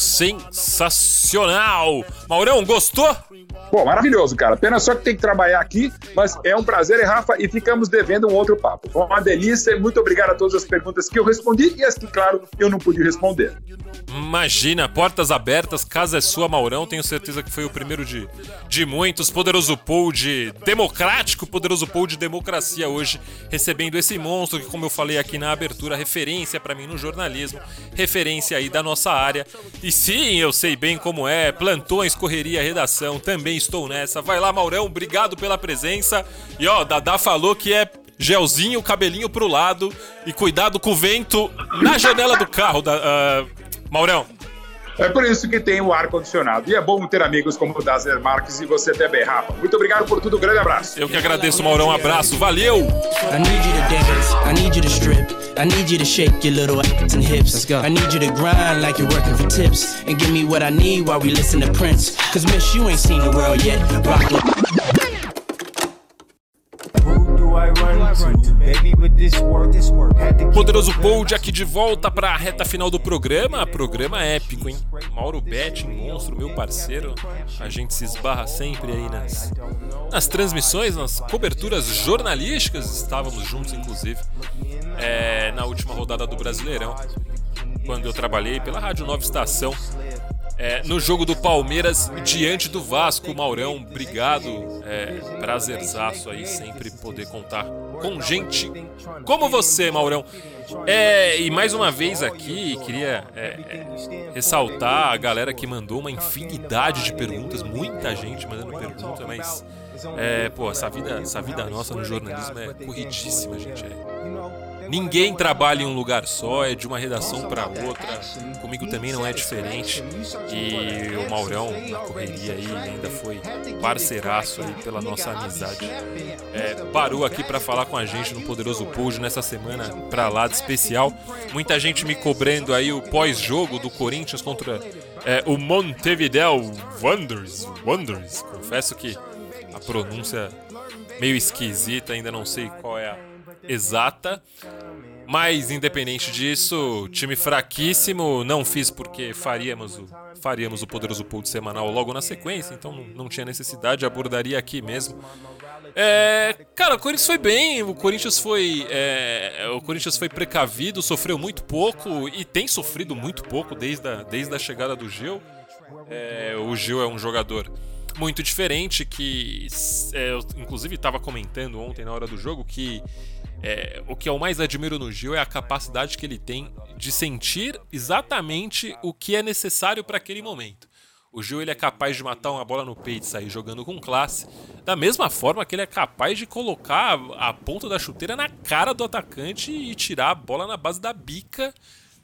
sensacional! Maurão, gostou? Pô, maravilhoso, cara. Pena só que tem que trabalhar aqui, mas é um prazer, e Rafa, e ficamos devendo um outro papo. Foi uma delícia, muito obrigado a todas as perguntas que eu respondi e as que, claro, eu não pude responder. Imagina, portas abertas, casa é sua, Maurão. Tenho certeza que foi o primeiro de, de muitos. Poderoso Paul de democrático, poderoso Paul de democracia hoje, recebendo esse monstro que, como eu falei aqui na abertura, referência pra mim no jornalismo, referência aí da nossa área. E sim, eu sei bem como é, plantões, correria, redação, também estou nessa. Vai lá, Maurão, obrigado pela presença. E ó, Dadá falou que é gelzinho, cabelinho pro lado e cuidado com o vento na janela do carro, da, uh, Maurão. É por isso que tem o ar-condicionado. E é bom ter amigos como o Dazer Marques e você também, Rafa. Muito obrigado por tudo, um grande abraço. Eu que agradeço, Maurão, um abraço, valeu! I need you to dance, I need you to strip, I need you to shake your little ass and hips. Let's go. I need you to grind like you're working for tips and give me what I need while we listen to Prince. Cause miss, you ain't seen the world yet. Rock it. Poderoso Pold aqui de volta pra reta final do programa. Programa épico, hein? Mauro Betting, monstro, meu parceiro. A gente se esbarra sempre aí nas, nas transmissões, nas coberturas jornalísticas. Estávamos juntos, inclusive, é, na última rodada do Brasileirão, quando eu trabalhei pela Rádio Nova Estação. É, no jogo do Palmeiras diante do Vasco. Maurão, obrigado, é, prazerzaço aí sempre poder contar com gente como você, Maurão. É, e mais uma vez aqui queria é, é, ressaltar a galera que mandou uma infinidade de perguntas, muita gente mandando pergunta, mas é, pô, essa vida, essa vida nossa no jornalismo é corridíssima, gente. É. Ninguém trabalha em um lugar só, é de uma redação para outra. Comigo também não é diferente. E o Maurão, na correria aí, ainda foi parceiraço aí pela nossa amizade. É, parou aqui para falar com a gente no Poderoso Pold nessa semana pra lá de especial. Muita gente me cobrando aí o pós-jogo do Corinthians contra é, o Montevideo Wanderers. Wanderers. Confesso que a pronúncia meio esquisita, ainda não sei qual é a exata, mas independente disso, time fraquíssimo. Não fiz porque faríamos o, faríamos o Poderoso Pold semanal logo na sequência, então não, não tinha necessidade, abordaria aqui mesmo. É, cara, o Corinthians foi bem, o Corinthians foi, é, o Corinthians foi precavido, sofreu muito pouco e tem sofrido muito pouco desde a, desde a chegada do Gil. É, o Gil é um jogador muito diferente que, é, eu inclusive estava comentando ontem na hora do jogo que É, o que eu mais admiro no Gil é a capacidade que ele tem de sentir exatamente o que é necessário para aquele momento. O Gil ele é capaz de matar uma bola no peito e sair jogando com classe, da mesma forma que ele é capaz de colocar a ponta da chuteira na cara do atacante e tirar a bola na base da bica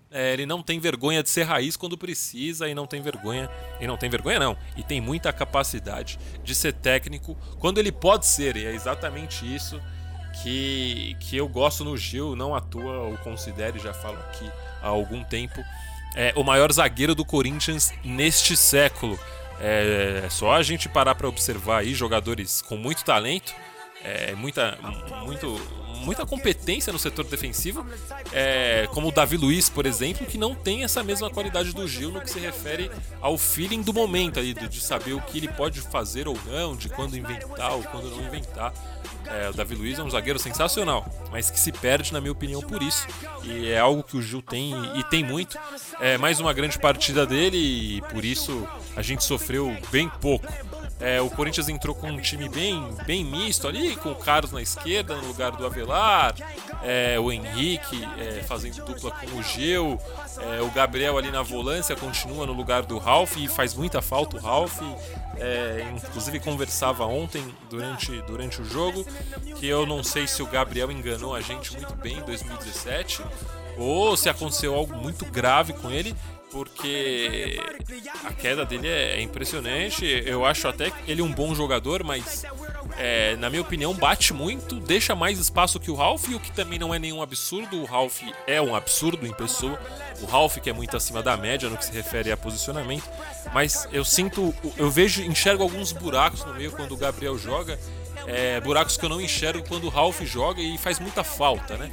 É, ele não tem vergonha de ser raiz quando precisa e não tem vergonha, e não tem vergonha não, e tem muita capacidade de ser técnico quando ele pode ser, e é exatamente isso que, que eu gosto no Gil, não à toa o considero, já falo aqui há algum tempo, é o maior zagueiro do Corinthians neste século. É só a gente parar para observar aí jogadores com muito talento, é, muita, muito, muita competência no setor defensivo, é, como o Davi Luiz, por exemplo, que não tem essa mesma qualidade do Gil no que se refere ao feeling do momento, aí, de saber o que ele pode fazer ou não, de quando inventar ou quando não inventar. É, o Davi Luiz é um zagueiro sensacional, mas que se perde, na minha opinião, por isso. E é algo que o Gil tem e tem muito. É mais uma grande partida dele e por isso a gente sofreu bem pouco. É, o Corinthians entrou com um time bem, bem misto ali, com o Carlos na esquerda no lugar do Avelar, é, o Henrique é, fazendo dupla com o Gil, é, o Gabriel ali na volância continua no lugar do Ralf e faz muita falta o Ralf. É, inclusive conversava ontem durante, durante o jogo que eu não sei se o Gabriel enganou a gente muito bem em dois mil e dezessete ou se aconteceu algo muito grave com ele, porque a queda dele é impressionante. Eu acho até ele um bom jogador, mas é, na minha opinião bate muito, deixa mais espaço que o Ralf, e o que também não é nenhum absurdo. O Ralf é um absurdo em pessoa, o Ralf que é muito acima da média no que se refere a posicionamento, mas eu sinto, eu vejo, enxergo alguns buracos no meio quando o Gabriel joga, é, buracos que eu não enxergo quando o Ralf joga, e faz muita falta, né?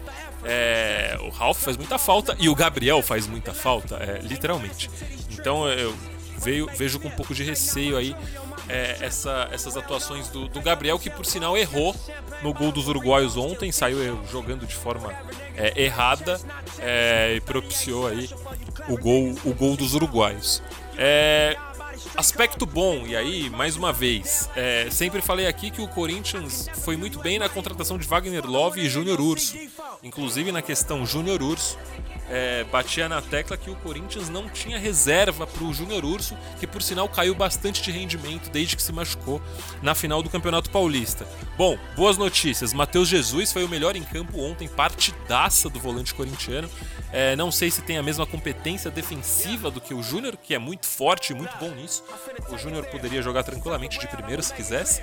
É, o Ralf faz muita falta e o Gabriel faz muita falta, é, literalmente. Então eu vejo, vejo com um pouco de receio aí é, essa, essas atuações do, do Gabriel, que por sinal errou no gol dos uruguaios ontem, saiu jogando de forma é, errada é, e propiciou aí o gol, o gol dos uruguaios. É, aspecto bom, e aí, mais uma vez, é, sempre falei aqui que o Corinthians foi muito bem na contratação de Wagner Love e Júnior Urso. Inclusive na questão Júnior Urso, é, batia na tecla que o Corinthians não tinha reserva para o Júnior Urso, que por sinal caiu bastante de rendimento desde que se machucou na final do Campeonato Paulista. Bom, boas notícias, Matheus Jesus foi o melhor em campo ontem, partidaça do volante corintiano. É, não sei se tem a mesma competência defensiva do que o Júnior, que é muito forte e muito bom nisso. O Júnior poderia jogar tranquilamente de primeiro se quisesse.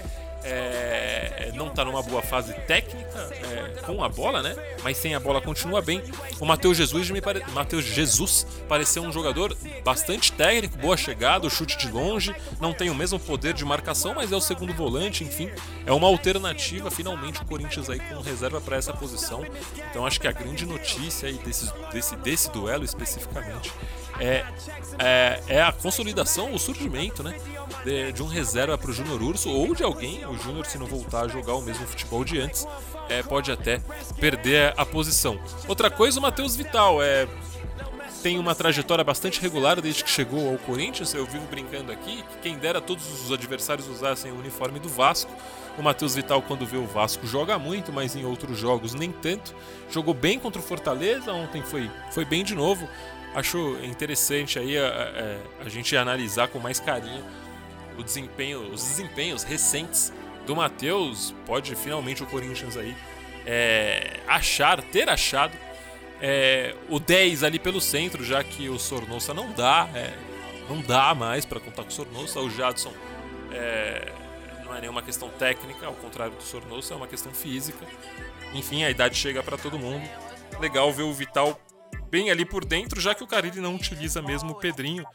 É, não está numa boa fase técnica é, com a bola, né? Mas sem a bola continua bem. O Matheus Jesus, me pare... Matheus Jesus pareceu um jogador bastante técnico, boa chegada, o chute de longe, não tem o mesmo poder de marcação, mas é o segundo volante, enfim, é uma alternativa. Finalmente o Corinthians aí com reserva para essa posição. Então acho que a grande notícia aí desse, desse, desse duelo especificamente é, é, é a consolidação, o surgimento, né? De, de um reserva para o Júnior Urso, ou de alguém, o Júnior, se não voltar a jogar o mesmo futebol de antes, é, pode até perder a posição. Outra coisa, o Matheus Vital é, tem uma trajetória bastante regular desde que chegou ao Corinthians. Eu vivo brincando aqui que quem dera todos os adversários usassem o uniforme do Vasco. O Matheus Vital, quando vê o Vasco, joga muito, mas em outros jogos nem tanto. Jogou bem contra o Fortaleza, ontem foi, foi bem de novo. Acho interessante aí a, a, a gente analisar com mais carinho o desempenho, os desempenhos recentes do Matheus. Pode finalmente o Corinthians aí é, achar, ter achado é, o dez ali pelo centro, já que o Sornosa não dá, é, não dá mais para contar com o Sornosa. O Jadson é, não é nenhuma questão técnica, ao contrário do Sornosa, é uma questão física. Enfim, a idade chega para todo mundo. Legal ver o Vital bem ali por dentro, já que o Carille não utiliza mesmo o Pedrinho.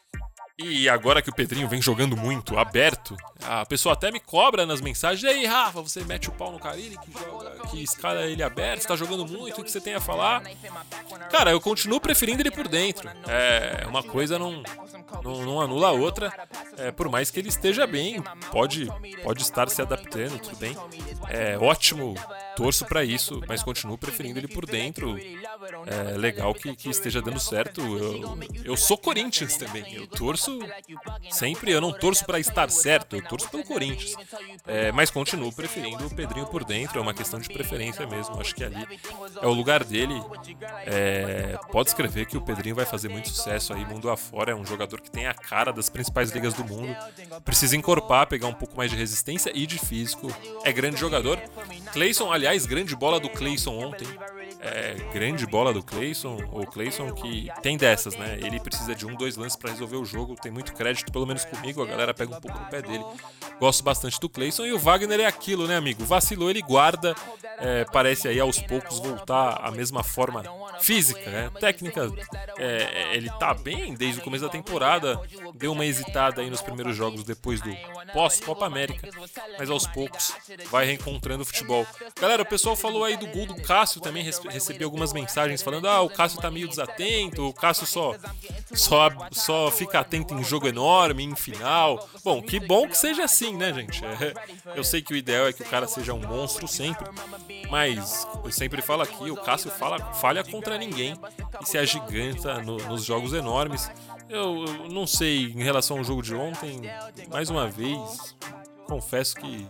E agora que o Pedrinho vem jogando muito, aberto, a pessoa até me cobra nas mensagens: e aí, Rafa, você mete o pau no Carille, que, joga, que escala ele aberto, está jogando muito, o que você tem a falar? Cara, eu continuo preferindo ele por dentro. É, uma coisa não, não, não anula a outra. É, por mais que ele esteja bem, pode, pode estar se adaptando, tudo bem. É ótimo, torço pra isso, mas continuo preferindo ele por dentro. É legal que, que esteja dando certo. Eu, eu sou Corinthians também, eu torço sempre, eu não torço pra estar certo, eu torço pelo Corinthians. É, mas continuo preferindo o Pedrinho por dentro, é uma questão de preferência mesmo. Acho que ali é o lugar dele. É, pode escrever que o Pedrinho vai fazer muito sucesso aí mundo afora. É um jogador que tem a cara das principais ligas do mundo. Precisa encorpar, pegar um pouco mais de resistência e de físico. É grande jogador. Cleison, aliás, grande bola do Cleison ontem. É, grande bola do Cleison, o Cleison que tem dessas, né? Ele precisa de um, dois lances pra resolver o jogo, tem muito crédito, pelo menos comigo, a galera pega um pouco no pé dele. Gosto bastante do Cleison e o Wagner é aquilo, né, amigo? Vacilou, ele guarda, é, parece aí aos poucos voltar à mesma forma física, né? Técnica, é, ele tá bem desde o começo da temporada, deu uma hesitada aí nos primeiros jogos depois do pós-Copa América, mas aos poucos vai reencontrando o futebol. Galera, o pessoal falou aí do gol do Cássio também, recebi algumas mensagens falando, ah, o Cássio tá meio desatento, o Cássio só, só, só fica atento em jogo enorme, em final. Bom, que bom que seja assim, né, gente? É, eu sei que o ideal é que o cara seja um monstro sempre, mas eu sempre falo aqui, o Cássio fala, falha contra ninguém e se agiganta no, nos jogos enormes. Eu, eu não sei, em relação ao jogo de ontem, mais uma vez, confesso que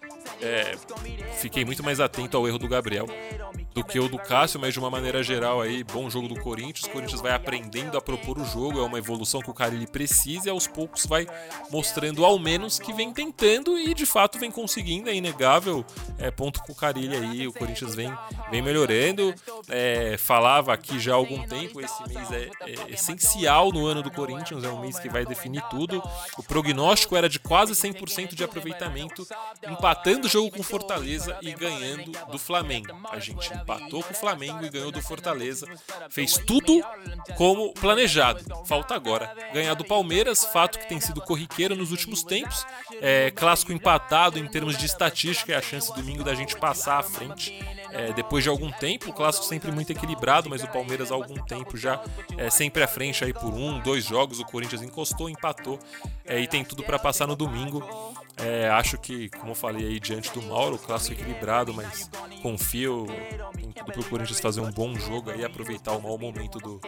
é, fiquei muito mais atento ao erro do Gabriel do que o do Cássio, mas de uma maneira geral aí, bom jogo do Corinthians. O Corinthians vai aprendendo a propor o jogo, é uma evolução que o Carille precisa e aos poucos vai mostrando ao menos que vem tentando e de fato vem conseguindo, é inegável, é, ponto pro Carille aí, o Corinthians vem, vem melhorando, é, falava aqui já há algum tempo, esse mês é, é essencial no ano do Corinthians, é um mês que vai definir tudo, o prognóstico era de quase cem por cento de aproveitamento, empatando o jogo com Fortaleza e ganhando do Flamengo. A gente empatou com o Flamengo e ganhou do Fortaleza. Fez tudo como planejado. Falta agora ganhar do Palmeiras, fato que tem sido corriqueiro nos últimos tempos. É, clássico empatado em termos de estatística, é a chance domingo da gente passar à frente. É, depois de algum tempo, o clássico sempre muito equilibrado, mas o Palmeiras há algum tempo já é, sempre à frente aí por um, dois jogos. O Corinthians encostou, empatou é, e tem tudo para passar no domingo. É, acho que, como eu falei aí diante do Mauro, o clássico equilibrado, mas confio em tudo pro Corinthians fazer um bom jogo aí, aproveitar o mau momento do,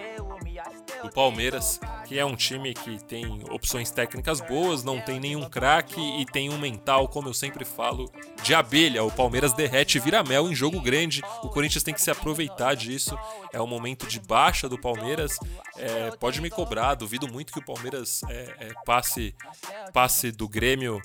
do Palmeiras, que é um time que tem opções técnicas boas, não tem nenhum craque e tem um mental, como eu sempre falo, de abelha. O Palmeiras derrete e vira mel em jogo grande, o Corinthians tem que se aproveitar disso. É um momento de baixa do Palmeiras, é, pode me cobrar, duvido muito que o Palmeiras é, é, passe, passe do Grêmio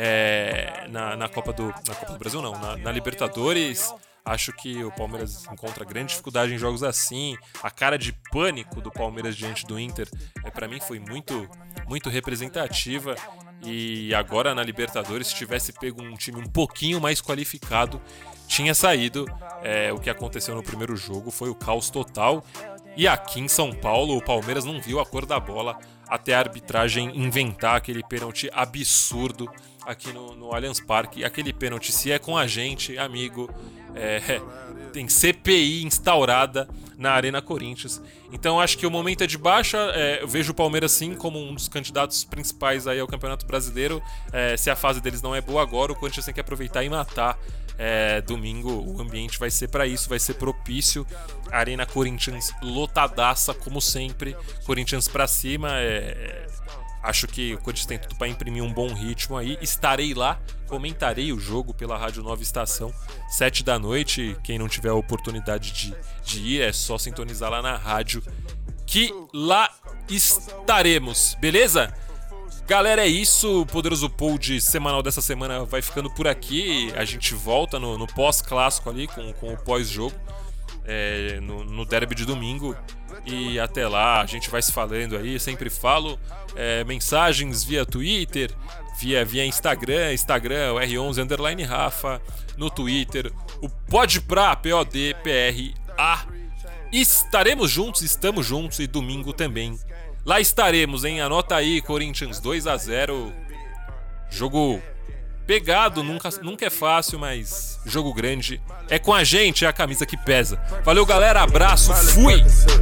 É, na, na, Copa do, na Copa do Brasil não, na, na Libertadores. Acho que o Palmeiras encontra grande dificuldade em jogos assim. A cara de pânico do Palmeiras diante do Inter, é, para mim foi muito, muito representativa. E agora na Libertadores, se tivesse pego um time um pouquinho mais qualificado, tinha saído. É, o que aconteceu no primeiro jogo foi o caos total. E aqui em São Paulo, o Palmeiras não viu a cor da bola até a arbitragem inventar aquele pênalti absurdo aqui no, no Allianz Parque. Aquele pênalti, se é com a gente, amigo, é, tem C P I instaurada na Arena Corinthians. Então acho que o momento é de baixa. É, eu vejo o Palmeiras sim como um dos candidatos principais aí ao Campeonato Brasileiro. É, se a fase deles não é boa agora, o Corinthians tem que aproveitar e matar. É, domingo o ambiente vai ser para isso, vai ser propício. Arena Corinthians lotadaça como sempre, Corinthians pra cima. É, acho que o Corinthians tem tudo para imprimir um bom ritmo aí. Estarei lá, comentarei o jogo pela Rádio Nova Estação, sete da noite. Quem não tiver a oportunidade de, de ir, é só sintonizar lá na rádio que lá estaremos, beleza? Galera, é isso, o Poderoso Pod semanal dessa semana vai ficando por aqui. A gente volta no, no pós-clássico ali, com, com o pós-jogo, é, no, no derby de domingo. E até lá, a gente vai se falando aí, sempre falo, é, mensagens via Twitter, via, via Instagram, Instagram, o R onze underline Rafa, no Twitter, o Podpra, P O D P R A. Estaremos juntos, estamos juntos e domingo também. Lá estaremos, hein? Anota aí, Corinthians dois a zero. Jogo pegado, nunca, nunca é fácil, mas jogo grande. É com a gente, é a camisa que pesa. Valeu, galera, abraço, fui!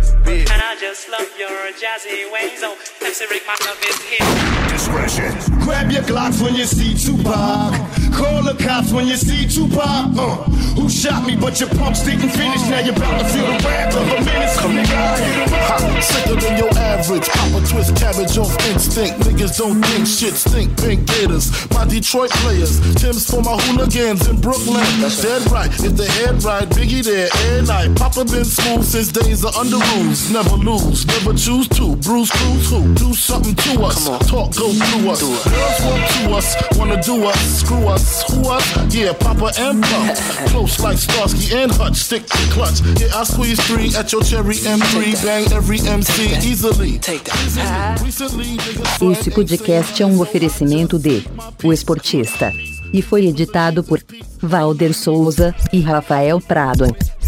Grab your Glocks when you see Tupac. Call the cops when you see Tupac. Uh, who shot me, but your pumps didn't finish. Now you're about to feel the wrath of a menace. Nigga, sicker than your average. Pop a twist cabbage off instinct. Niggas don't think shit stink. Pink Gators, my Detroit players. Tim's for my hooligans in Brooklyn. That's dead right. If the head right, Biggie there, air night. Papa been smooth since days of under rules. Never lose, never choose to. Bruce Cruz who? Do something to us. Talk go through us. Girls want to us, wanna do us. Screw us, who us? Yeah, Papa and Pump. Close like like Starsky and Hutch, stick to clutch. Yeah, I squeeze three at your cherry M three, bang every M C easily. Esse podcast é um oferecimento de O Esportista e foi editado por Valder Souza e Rafael Prado.